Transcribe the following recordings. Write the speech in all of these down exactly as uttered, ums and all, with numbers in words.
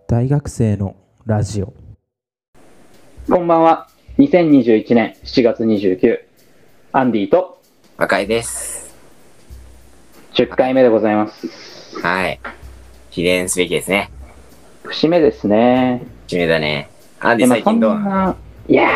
大学生のラジオ。 こんばんは。にせんにじゅういちねんしちがつにじゅうくにち、アンディと赤井です。 じゅっかいめでございます。 はい。記念すべきですね。 節目ですね。 節目だね。アンディ最近どうなの？ いや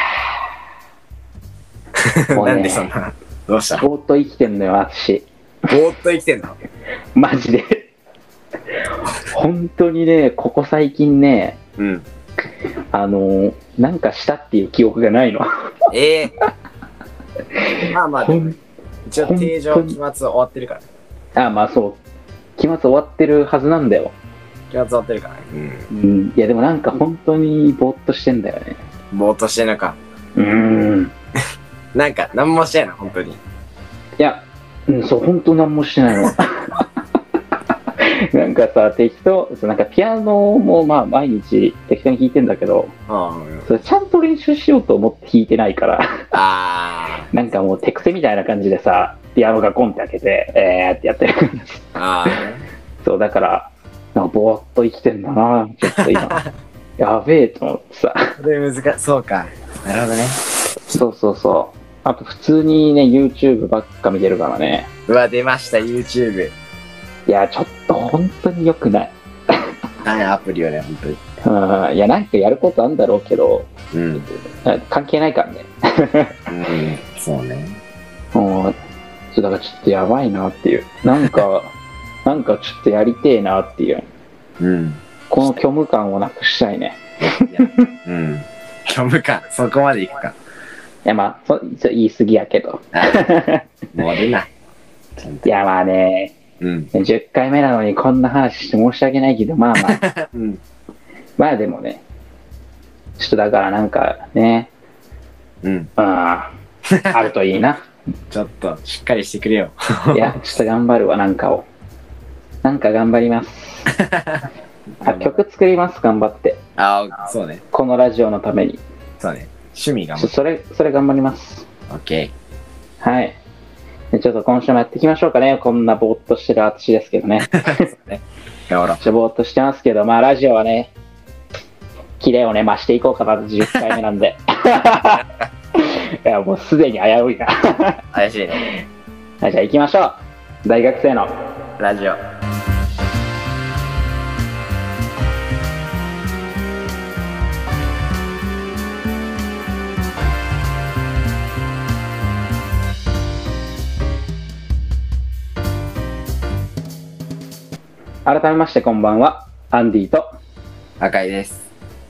ー、もうね、 なんでそんな、どうしたの？ ぼーっと生きてんのよ、私。 ぼーっと生きてんの？ マジで。本当にね、ここ最近ね、 うん。 あのー、なんかしたっていう記憶がないの。 ええー。まあまあ、 ほん一応定常期末終わってるから。 あ、まあそう。期末終わってるはずなんだよ。 期末終わってるからね。 うん。うん、いやでもなんか本当にぼーっとしてんだよね。 ぼーっとしてんのか。 うーん。 なんか、なんもしてないの、本当に。 いや、うん、そう、本当なんもしてないの。なんかさ、適当、なんかピアノもまあ毎日適当に弾いてんだけど、 あそれちゃんと練習しようと思って弾いてないから、 あなんかもう手癖みたいな感じでさ、ピアノがコンって開けて、えーってやってる。 ああ。 そう、だから、なんかぼーっと生きてんだな、ちょっと今。やべえと思ってさ。 それ難しい。そうか。なるほどね。 そうそうそう。あと普通にね、YouTube ばっか見てるからね。 うわ、出ました、YouTube。 いや、ちょっと本当に良くない。 はい、アプリをね、本当に。 うん、いや、なんかやることあるんだろうけど、 うん。 関係ないからね。 うん、そうね。 もう、そうだからちょっとやばいなっていう。なんか、なんかちょっとやりてえなっていう。 うん。 この虚無感をなくしたいね。 いやうん。虚無感、そこまでいくか。 いや、まあ、そそ言い過ぎやけど。 もう出ない。 いや、まあね、 うん。 じゅっかいめなのにこんな話して申し訳ないけど、まあまあ、 うん。 まあでもね、ちょっとだからなんかね、 うん。 うん、あるといいな。 ちょっと、しっかりしてくれよ。 いや、ちょっと頑張るわ、なんかを。なんか頑張ります。あ、曲作ります、頑張って。 ああ、そうね。 このラジオのために。 そうね。趣味がもそれ、それ頑張ります。 オッケはい。でちょっと今週もやっていきましょうかね。こんなぼーっとしてる私ですけどね。 ー。そうね。頑張ろう。 ちょっとぼーっとしてますけど、まあラジオはね、キレをね、増していこうかなとじゅっかいめなんで。いや、もうすでに危ういな。 怪しいね。 はい、じゃあ行きましょう。大学生のラジオ。 改めましてこんばんは、アンディと赤井です。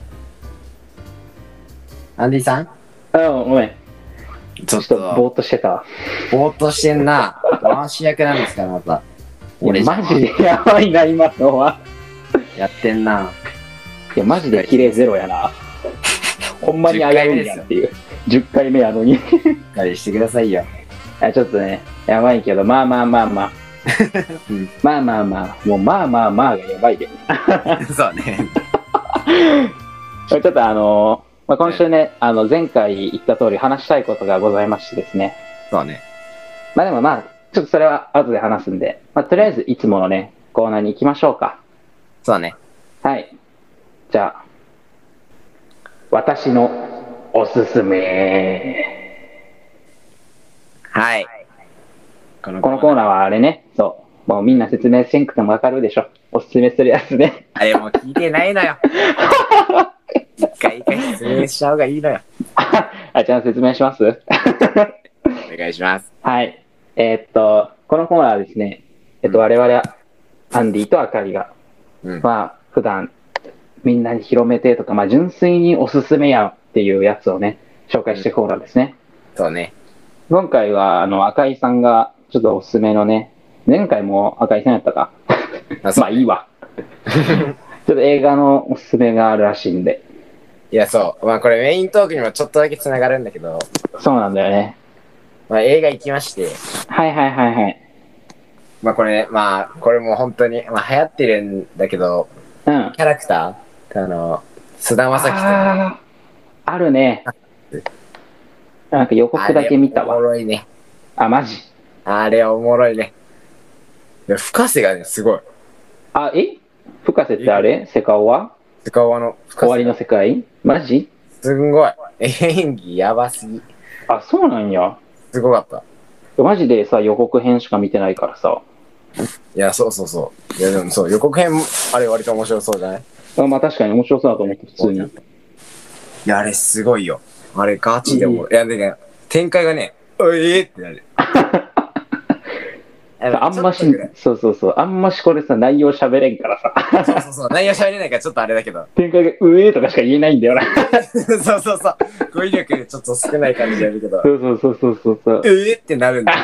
アンディさん？ あ、ごめん。 ちょっちょっとぼーと、 っとしてたわ。 ぼーっとしてんな。回し役なんですか、また。 いや、 じゃんマジでやばいな、今のは。 やってんな。 いや、マジでキレゼロやな。ほんまに危ういやんっていう。じゅっかいめやのに。 しっかりしてくださいよ。 あ、ちょっとね、やばいけど、まあまあまあまあ。 うん、 まあまあまあ、もうまあまあまあがやばいけど。 そうね。 ちょっとあのーまあ、今週ね、あの前回言った通り話したいことがございましてですね。 そうね。 まあでもまあ、ちょっとそれは後で話すんで、まあとりあえずいつものね、コーナーに行きましょうか。 そうね。 はい。じゃあ、私のおすすめ。 はい。このこのコーナーはあれね、そう、もうみんな説明せんくてもわかるでしょ。おすすめするやつね。 あれもう聞いてないのよ。一回一回説明した方がいいのよ。 あ、じゃあ説明します。 お願いします。 はい。えーっと、このコーナーはですね、えっと、我々は、アンディとあかりが、 うん、 まあ、普段、みんなに広めてとか、まあ、純粋におすすめやんっていうやつをね、紹介していくコーナーですね。 そうね。 今回は、あの、赤井さんが、ちょっとおすすめのね、前回も赤井さんやったか。 あそうまあ、いいわ。ちょっと映画のおすすめがあるらしいんで。 いや、そう。まあこれメイントークにもちょっとだけつながるんだけど、 そうなんだよね。 まあ映画行きまして、 はいはいはいはい。 まあこれ、まあこれも本当に、まあ流行ってるんだけど、 うん。 キャラクターあの、菅田将暉さん。 あー、あるね。なんか予告だけ見たあれおもわ。 ろいね。 あ、マジ。 あれおもろいね。いや、深瀬がね、すごい。 あ、え深瀬ってあれセカオワ深川の深さ終わりの世界マジ？ すんごい。演技やばすぎ。 あ、そうなんや。 すごかった。 マジでさ、予告編しか見てないからさ。 いや、そうそうそう。いや、でもそう、予告編、あれ割と面白そうじゃない？ あまあ確かに面白そうだと思って、普通に。 いや、あれすごいよ。あれガチでも、いや、でね、展開がね、おえーってなる。 あんまし、そうそうそう、あんましこれさ、内容喋れんからさ。 そうそうそう、内容喋れないからちょっとあれだけど。 展開がうえーとかしか言えないんだよな。 そうそうそう、語彙力ちょっと少ない感じでやるけど。 そうそうそうそうそうそう。 えーってなるんだ。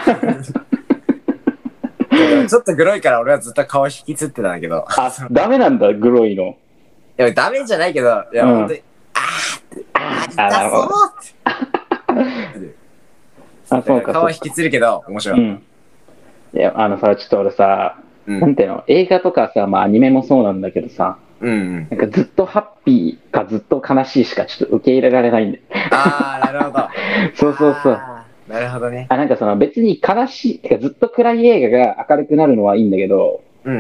ちょっとグロいから俺はずっと顔引きつってたんだけど。 あ、ダメなんだ、グロいの。 いや、ダメじゃないけど、いや、 うん、 ほんとに、あーって、あー、痛そうって。 あ、そうか。 顔引きつるけど、面白い。 うん。いや、あのさ、ちょっと俺さ、 うん、 なんていうの、映画とかさ、まあアニメもそうなんだけどさ、 うんうん、 なんかずっとハッピーかずっと悲しいしかちょっと受け入れられないんで。 あー、なるほど。 そうそうそう。 なるほどね。 あ、なんかその別に悲しい、てかずっと暗い映画が明るくなるのはいいんだけど、 うんうん、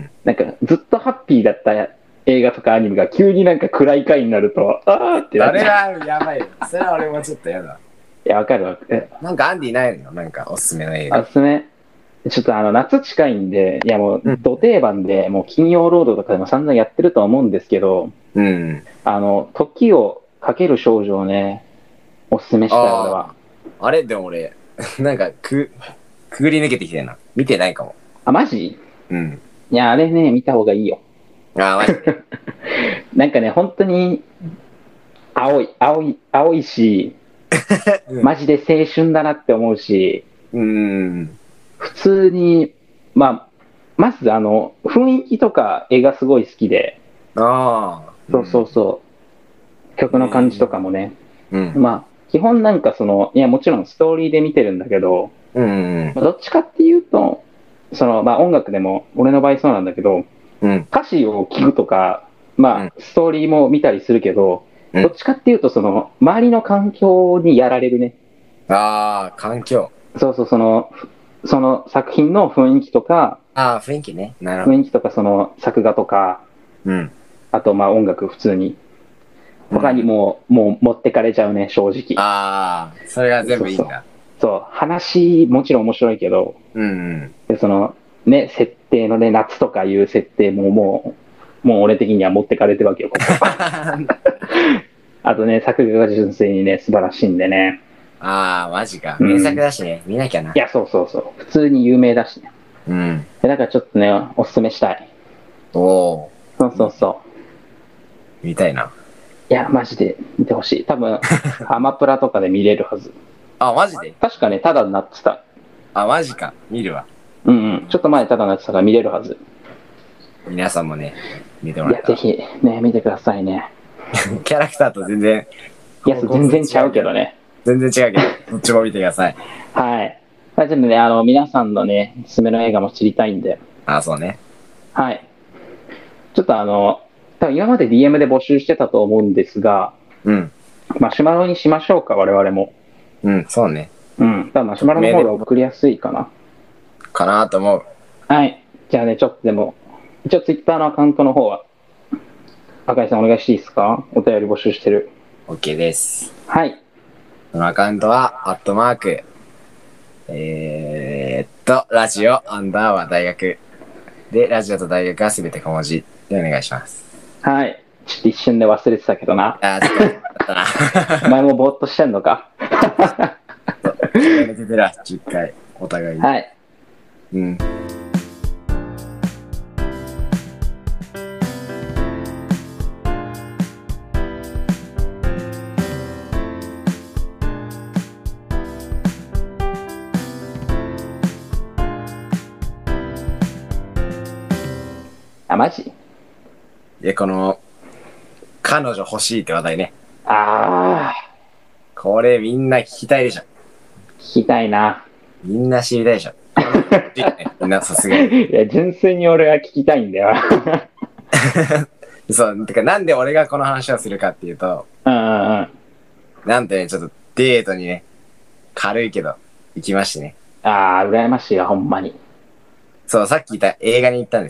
なんかずっとハッピーだった映画とかアニメが急になんか暗い回になると、あーってなっちゃう。 あれはやばいよ。それは俺もちょっとやだ。 いや、わかるわかる。 なんかアンディないの？なんかおすすめの映画。 おすすめ。ちょっとあの夏近いんで、いやもう土定番で、もう金曜ロードとかでも散々やってるとは思うんですけど、 うん。 あの、時をかける少女をね、おすすめしたい、俺は。 あれでも俺、なんかく、くぐり抜けてきてるな。見てないかも。 あ、マジ？ うん。 いや、あれね、見た方がいいよ。 あ、マジで。 なんかね、本当に、青い、青い、青いし、マジで青春だなって思うし、 うん。 普通に、まあ、まずあの、雰囲気とか絵がすごい好きで、 ああ。 そうそうそう、曲の感じとかもね、 うん。 まあ、基本なんかその、いや、もちろんストーリーで見てるんだけど、 うんうんまあ、どっちかっていうと、その、まあ音楽でも、俺の場合そうなんだけど、 うん。 歌詞を聞くとか、まうんあ、ストーリーも見たりするけど、 うんどっちかっていうと、その、周りの環境にやられるね。 ああ、環境。 そうそう、その、その作品の雰囲気とか、 ああ、雰囲気ね。なるほど。 雰囲気とか、その作画とか、 うん。 あと、まあ音楽普通に。他にもう、もう持ってかれちゃうね、正直。 ああ、それが全部いいんだ。 そう、話、もちろん面白いけど、 うんうん。 でその、ね、設定のね、夏とかいう設定ももう、もう俺的には持ってかれてるわけよ、ここ。あとね、作画が純粋にね、素晴らしいんでね。 ああ、マジか。 うん名作だしね。見なきゃな。 いや、そうそうそう。普通に有名だしね。 うん。 でだからちょっとね、おすすめしたい。 おお。 そうそうそう。 見たいな。 いや、マジで見てほしい。多分、アマプラとかで見れるはず。 あ、マジで？ 確かね、タダになってた。 あ、マジか。見るわ。 うんうん。ちょっと前タダになってたから見れるはず。 皆さんもね、見てもいや、 らえたら。 ぜひね、見てくださいね。 キャラクターと全然、 いや、全然ちゃうけどね。 全然違うけど、どっちも見てください。 はい。まあ、全部ね、あの、皆さんのね、おすすめの映画も知りたいんで。 あ、そうね。 はい。ちょっとあの、多分今まで ディーエム で募集してたと思うんですが、 うん。 マシュマロにしましょうか、我々も。 うん、そうね。 うん。多分マシュマロの方が送りやすいかな。 かなと思う。 はい。じゃあね、ちょっとでも、一応 Twitter のアカウントの方は、赤井さんお願いしていいですか？お便り募集してる。 OK です。 はい。 このアカウントは、アットマーク、えー、っと、ラジオ、アンダーは大学。で、ラジオと大学はすべて小文字でお願いします。 はい。ちょっと一瞬で忘れてたけどな。 あー、ちょっと、だったな。 お前もぼーっとしてんのか。 やめててら、じゅっかい、お互いに。 はい。 うん。 あ、マジ？ いや、この、彼女欲しいって話題ね。 あこれみんな聞きたいでしょ。 ー、聞きたいな。 みんな知りたいでしょ。みんなさすがに。 いや、純粋に俺は聞きたいんだよ。 そう、てかなんで俺がこの話をするかっていうと、 うんうんうん。 なんてね、ちょっとデートにね、軽いけど、行きましてね。 あー、羨ましいわ、ほんまに。 そう、さっき言った映画に行ったんですね。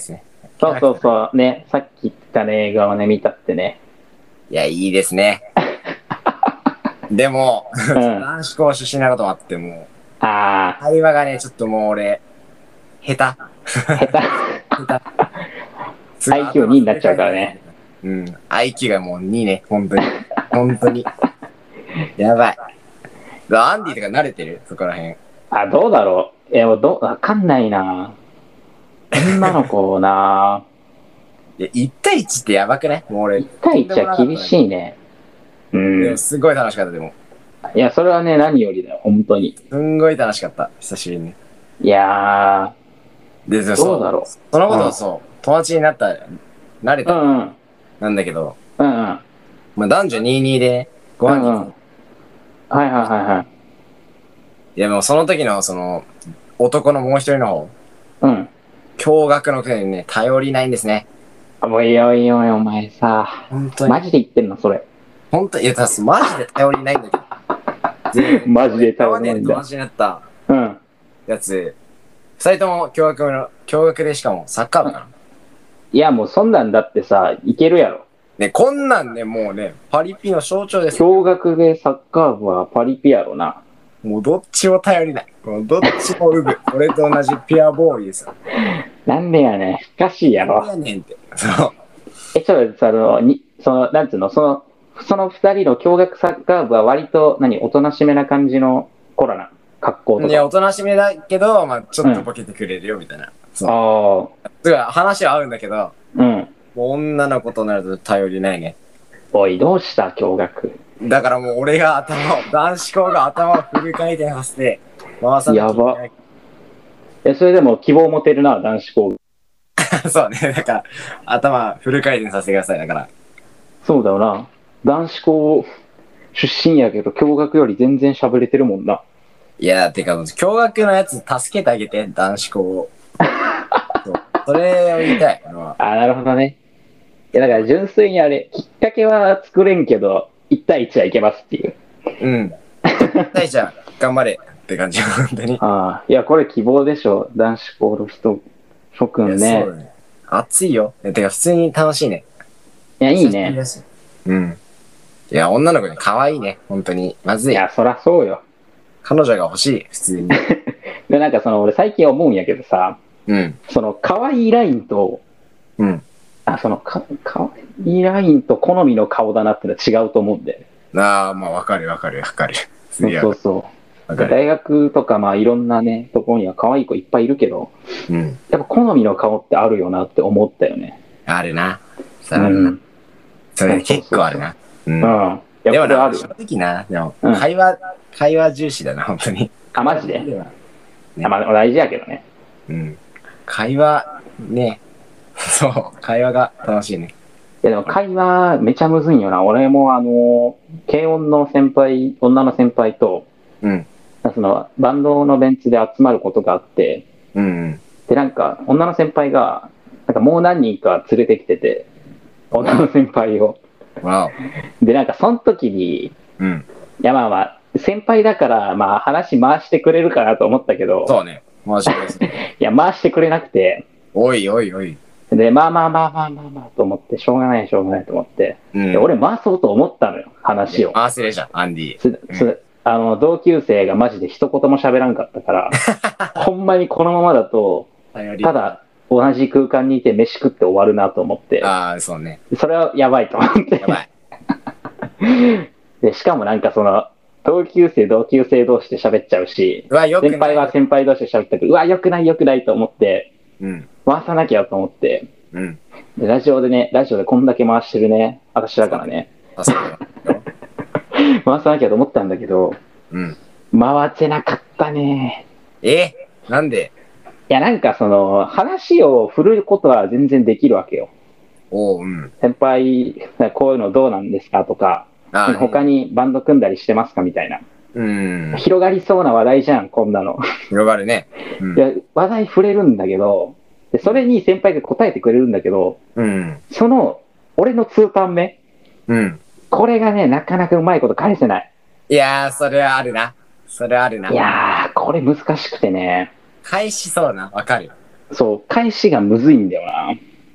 そうそうそう、ね、さっき言ったね、映画をね、見たってね。 いや、いいですね。でも、 うん。 男子校出身なこともあっても、 あ会話がね、ちょっともう俺、下手。 ー、下手。 下手。 アイキューに になっちゃうからね。 うん。アイキュー がもうにね、本当に。本当に。やばい。アンディとか慣れてるそこら辺。 あ、どうだろう。え、もうど、わかんないな。女の子な。 いや、いち対いちってやばくないもう俺。 いち対いちは厳しいね。うでんも。すごい楽しかった、でも。 いや、それはね、何よりだよ、本当に。 すんごい楽しかった。久しぶりに。 いやで、 ー、 そうどうだろう。 そのことをそう、友達になった、慣れた、 うんうん。うんなんだけど、 うん。 まあ男女ににでご飯に行く、 うんうんはいはいはいはい。 いやもうその時のその、男のもう一人の方、 うん。 驚愕のくらいにね、頼りないんですね。 あもういいよいいよいいよ、お前さ。 本当に。 マジで言ってんの、それ。 本当に、いや、たすマジで頼りないんだけど。でマジで頼りないんだ友達になったうん。 やつ、二人とも驚愕の、驚愕でしかもサッカー部かな。 いや、もうそんなんだってさ、いけるやろ。 ね、こんなんね、もうね、パリピの象徴ですよ。 驚愕でサッカー部はパリピやろな。 もうどっちも頼りない。もうどっちもウブ。俺と同じピュアボーイですよ。 なんでやねん。おかしいやろ何。やねんって。そう。 え、ちょっとさ、あの、に、その、なんつうの、その、その二人の驚愕サッカー部は割と、何、おとなしめな感じの子らな。格好といや、 か。 おとなしめだけど、まあちょっとボケてくれるよ、みたいな。そう。 ああ、 だから話は合うんだけど、 うん。 もう女の子となると頼りないね。 おい、どうした驚愕。 だからもう俺が頭を、男子校が頭をフル回転させて、回さなきゃいけない。 やばえ、それでも希望持てるな、男子校。 そうね、だから、頭フル回転させてください、だから。 そうだよな。男子校出身やけど、驚愕より全然喋れてるもんな。 いや、てか、驚愕のやつ助けてあげて、男子校を。そうそれを言いたい、俺は。 あ、なるほどね。いや、だから純粋にあれ、きっかけは作れんけど、いち対いちはいけますっていう。 うん。大ちゃん、頑張れって感じ、本当に。 ああ、いや、これ希望でしょ。男子校の人、諸君いやねそう。だね。熱いよ。てか、普通に楽しいね。 いや、いいね。 うん。いや、女の子に可愛いね。本当に。まずい。 いや、そらそうよ。 彼女が欲しい。普通に。 で、なんかその、俺最近思うんやけどさ、 うん。 その、可愛いラインと、 うん。 あ、その、か、可愛いラインと好みの顔だなってのは違うと思うんで。 ああ、まあ、わかるわかるわかる。すそうげえそうそう。 わかる。 大学とかまあいろんなね、ところには可愛い子いっぱいいるけど、 うん。 やっぱ好みの顔ってあるよなって思ったよね。 あるな。 うさあるな。 ん。 それそうそうそう結構あるな。う。 うんん。やでもな、 っぱりあるよ。 正直な、でも、 うん会話、会話重視だな、本当に。 あ、マジでねあまあ大事やけどね。 うん。会話、ね。そう、会話が楽しいね。 いやでも会話めちゃむずいんよな。俺もあの、軽音の先輩、女の先輩と、 うん。 そのバンドのベンツで集まることがあって、 うんうん。 でなんか女の先輩が、なんかもう何人か連れてきてて、女の先輩を。 わでなんかその時に、 お。うん。 いやまあまあ、先輩だからまあ話回してくれるかなと思ったけど、 そうね。マジですね。 いや回してくれなくて、 おいおいおい。 でまあまあまあまあまあまあと思って、しょうがないしょうがないと思って、 うん。 で俺回そうと思ったのよ、話を。 合わせれじゃん、アンディ。 すすあの同級生がマジで一言も喋らんかったからほんまにこのままだとただ同じ空間にいて飯食って終わるなと思って、 ああ、そうね。 それはやばいと思ってやばい。 でしかもなんかその同級生同級生同士で喋っちゃうし、 うわ、よくない。 先輩は先輩同士で喋ったけど、うわよくないよくないと思ってうん。 回さなきゃと思って、 うん。 でラジオでねラジオでこんだけ回してるね私だからねあ、そうだよ。 回さなきゃと思ったんだけど、 うん。 回せなかったね。 えなんでいやなんかその話を振ることは全然できるわけよ。 おう、うん。 先輩こういうのどうなんですかとか、 ああ、 他にバンド組んだりしてますかみたいな、 うん。 広がりそうな話題じゃんこんなの。 広がるね。うん。 いや話題触れるんだけど、でそれに先輩が答えてくれるんだけど、 うん。 その俺の通タン目、 うん。 これがねなかなかうまいこと返せない。 いやー、それはあるな。それはあるな。 いやーこれ難しくてね、 返しそうな。わかるよ。 そう返しがむずいんだよな。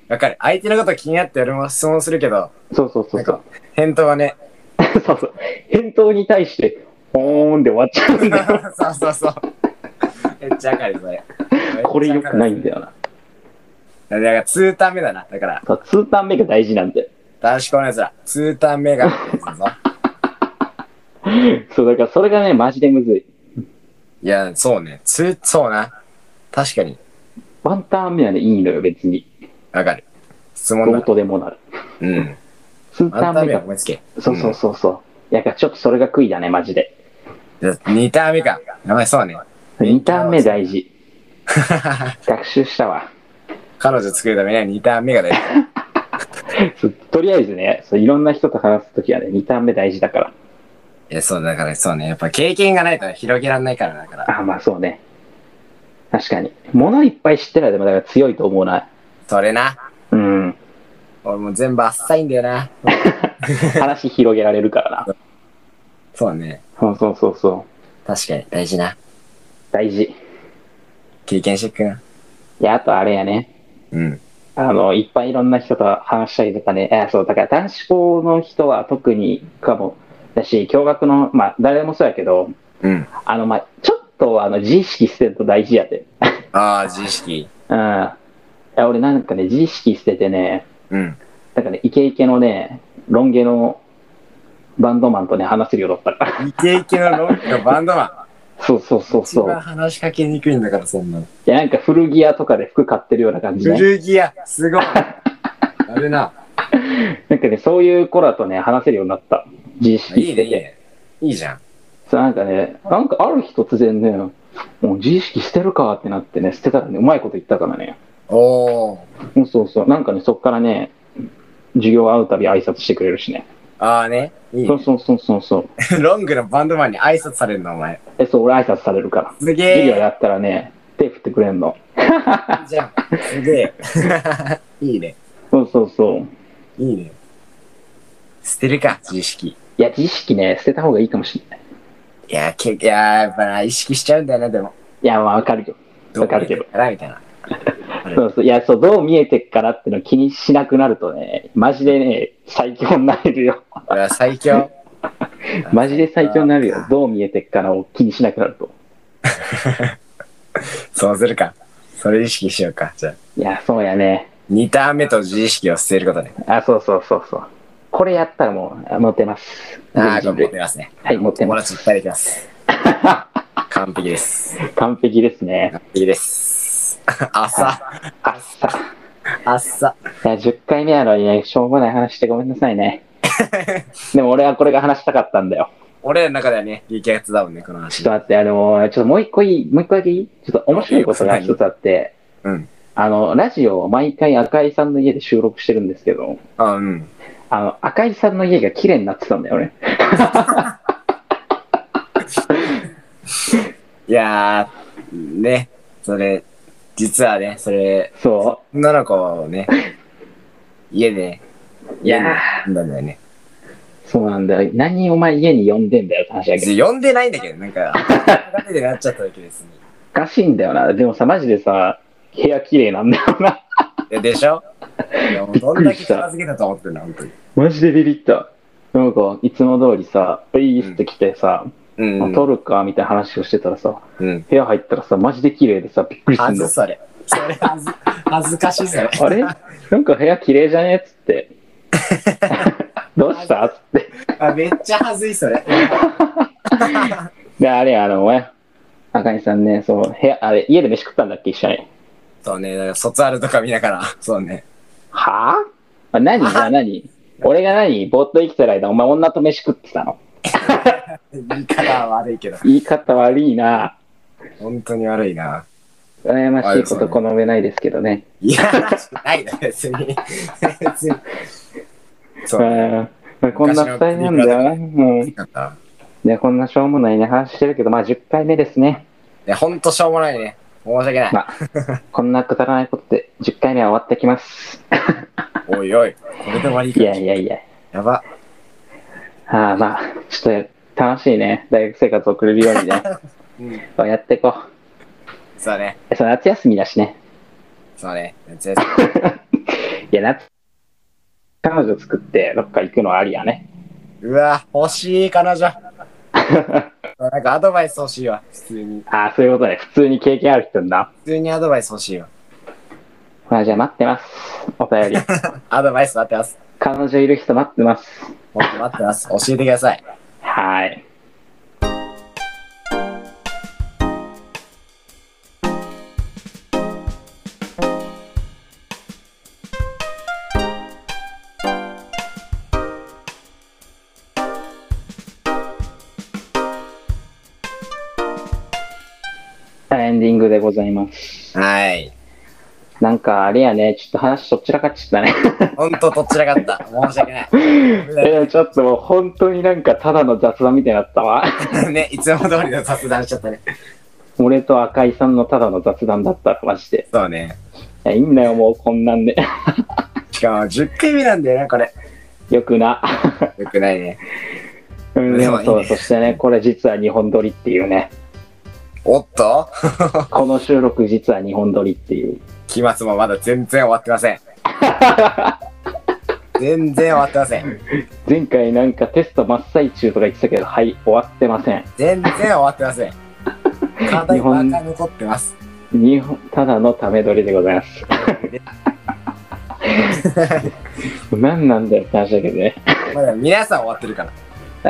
わかる。相手のこと気になって俺も質問するけど、 そうそうそうそう。 返答はね。 そうそう。返答に対して、ほーんで終わっちゃうんだよ。 そうそうそう。めっちゃわかる、それ。 これ良くないんだよな。 だからにターン目だな。だから。 そう、にターン目が大事なんだよ。 男子校のやつら。にターン目が。 そう、だからそれがね、マジでむずい。 いや、そうね。つ、そうな。確かに。 ワンターン目はね、いいのよ、別に。 わかる。質問だ。 どうとでもなる。 うん。 にターン目が。 思いつけ。 そうそうそうそう。いや、ちょっとそれが悔いだね、マジで。 にターン目か。やばい、そうね。 にターン目大事。学習したわ。 彼女作るためにはにターン目が大事。とりあえずね、そういろんな人と話すときはね、にターン目大事だから。 いや、そうだから、そうね。やっぱ経験がないと広げられないからだから。 あ、まあそうね。確かに。物いっぱい知ってらでもだから強いと思うな。 それな。 うん。 俺もう全部浅いんだよな。 話広げられるからな。 そうね。 そうそうそうそう。 確かに、大事な。 大事。 経験してくん。 いや、あとあれやね。 うん。 あの、いっぱいいろんな人と話したりとかね。え、そう、だから男子校の人は特にかも。だし、共学の、まあ、誰でもそうやけど、 うん。 あの、まあ、ちょっと、あの、自意識捨てると大事やで。 ああ、自意識。 うん。いや、俺なんかね、自意識捨ててね、 うん。 なんかね、イケイケのね、ロン毛のバンドマンとね、話せるようだったから。 イケイケのロン毛のバンドマン。 そうそうそうそう。 一番話しかけにくいんだから、そんなの。いや、なんか古着屋とかで服買ってるような感じね。 古着屋、すごい。あるな。 なんかね、そういう子らとね、話せるようになった。自意識いいね、いいね。いいじゃん。 そう、なんかね、なんかある日突然ね、もう自意識捨てるかってなってね、捨てたらね、うまいこと言ったからね。 おー。 そうそうそう。なんかね、そっからね、授業会うたび挨拶してくれるしね。 ああね。いいね。 そうそうそうそうそう。 ロングのバンドマンに挨拶されるの、お前。 え、そう、俺挨拶されるから。 すげえ。 授業やったらね、手振ってくれんの。 じゃん。すげえ。いいね。 そうそうそう。 いいね。捨てるか、自意識。 いや、自意識ね、捨てた方がいいかもしれない。 いや、け、いや、やっぱな、意識しちゃうんだよな、でも。 いや、まあ、わかるよ。わかるけど。 みたいな。 そうそう。いや、そう、どう見えてっからっての気にしなくなるとね、マジでね、最強になれるよ。 いや、最強。 マジで最強になるよ。どう見えてっからを気にしなくなると。 そうするか。それ意識しようか、じゃあ。 いや、そうやね。 にターン目と自意識を捨てることね。 あ、そうそうそうそう。これやったらもう、モテます。 ああ、これ持ってますね。 はい、持ってます。 友達いっぱいできます。完璧です。 完璧ですね。 完璧です。朝。 朝。 朝。 いや、じゅっかいめやのにね、しょうもない話してごめんなさいね。でも俺はこれが話したかったんだよ。 俺らの中ではね、激アツだもんね、この話。 ちょっと待って、あの、ちょっともう一個いい、もう一個だけいい？ちょっと面白いことが一つあって、 うん。あの、ラジオを毎回赤井さんの家で収録してるんですけど、 あ、うん。 あの、赤井さんの家が綺麗になってたんだよね。 いやー、ね、それ、実はね、それ、 そう。 女の子をね、家で、家に呼んだんだよね。 そうなんだよ。何お前家に呼んでんだよって話だけど。 呼んでないんだけど、なんか、ガチでなっちゃっただけですね。 おかしいんだよな。でもさ、マジでさ、部屋綺麗なんだよな。 え、でしょ？いや、もうどんだけ片付けたと思ってんの、本当に。 マジでビビった。なんか、いつも通りさ、プリーって来てさ、 うんうん、 撮るかみたいな話をしてたらさ、 うん、 部屋入ったらさ、マジで綺麗でさ、びっくりすんだよ。 それ。それ恥ず、恥ずかしいそれ。 あれなんか部屋綺麗じゃねっつって。どうしたっつって。 あ、めっちゃ恥ずいそれ。 で、あれ、あの、お赤井さんね、そう、部屋、あれ、家で飯食ったんだっけ、一緒に。 そうね、だから卒アルとか見ながら、そうね。 はぁ、あ、何じゃあ何俺が何ぼーっと生きてる間、お前女と飯食ってたの？ 言い方は悪いけど。 言い方悪いな。 本当に悪いな。 羨ましいことこの上ないですけどね。 いや、ないな、別に。別に。 そう。まあ、こんな二人なんだよな。もう。ね、こんなしょうもないね、話してるけど、まあじゅっかいめですね。 いや、ほんとしょうもないね。申し訳ない。 まあ、こんなくだらないことでじゅっかいめは終わってきます。 おいおい、これで終わりか。 いやいやいや。 やば。 ああ、まあ、ちょっと楽しいね。大学生活を送れるようにね。うん、やっていこう。 そうね。 そう、夏休みだしね。 そうね。夏休み。 いや、夏、彼女作ってどっか行くのありやね。 うわ、欲しい、彼女。なんかアドバイス欲しいわ、普通に。 ああ、そういうことね。普通に経験ある人だ。 普通にアドバイス欲しいわ。 まあ、じゃあ待ってます。お便り。 アドバイス待ってます。 彼女いる人待ってます。 ほんと待ってます。教えてください。 はい。エンディングでございます。 はい。 なんかあれやね、ちょっと話とっちらかっちゃったね。 ほんとどっちらかった。申し訳ない。 えちょっともう本当になんかただの雑談みたいになったわ。 ね、いつも通りの雑談しちゃったね。 俺と赤井さんのただの雑談だったらマジで。 そうね。 いや、いいんだよ、もうこんなんで。 しかもじゅっかいめなんだよね、これ。 よくな。 よくないね。 うん、でもそう、 でもいいねそしてね、これ実はにほん撮りっていうね。 おっとこの収録実はにほん撮りっていう。 期末もまだ全然終わってません。全然終わってません。 前回なんかテスト真っ最中とか言ってたけど、はい、終わってません。 全然終わってません。課題ばっか残ってます。 日本ただのため撮りでございます。何なんだよって話だけどね。 まだ皆さん終わってるから。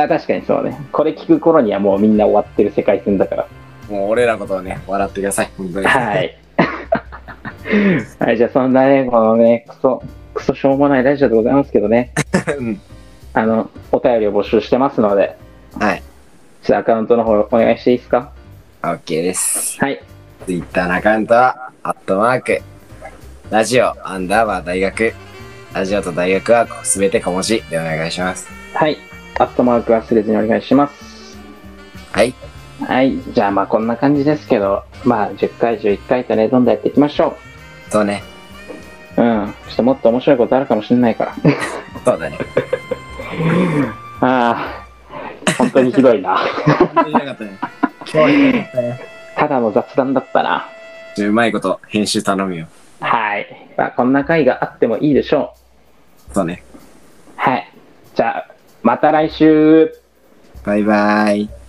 あ、確かにそうね。これ聞く頃にはもうみんな終わってる世界線だから。 もう俺らのことをね、笑ってください。本当に。 はい。はい、じゃあそんなね、このね、クソ、クソしょうもないラジオでございますけどね。 うん。 あの、お便りを募集してますので、 はい。 ちょっとアカウントの方お願いしていいですか？ OK です。 はい。 Twitter のアカウントは、アットマーク、ラジオ、アンダーバー大学。ラジオと大学はすべて小文字でお願いします。 はい。アットマーク忘れずにお願いします。 はい。 はい。じゃあまあこんな感じですけど、まあじゅっかい、じゅういっかいとね、どんどんやっていきましょそうね。 う。うん。ちょっともっと面白いことあるかもしれないから。 そうだね。 ああ、本当にひどいな。 本当になかったね。今日ひどかったね。 ただの雑談だったな。 じゃあうまいこと編集頼むよ。 はい。まあこんな回があってもいいでしょそうね。 う。はい。じゃあ、また来週。 バイバイ。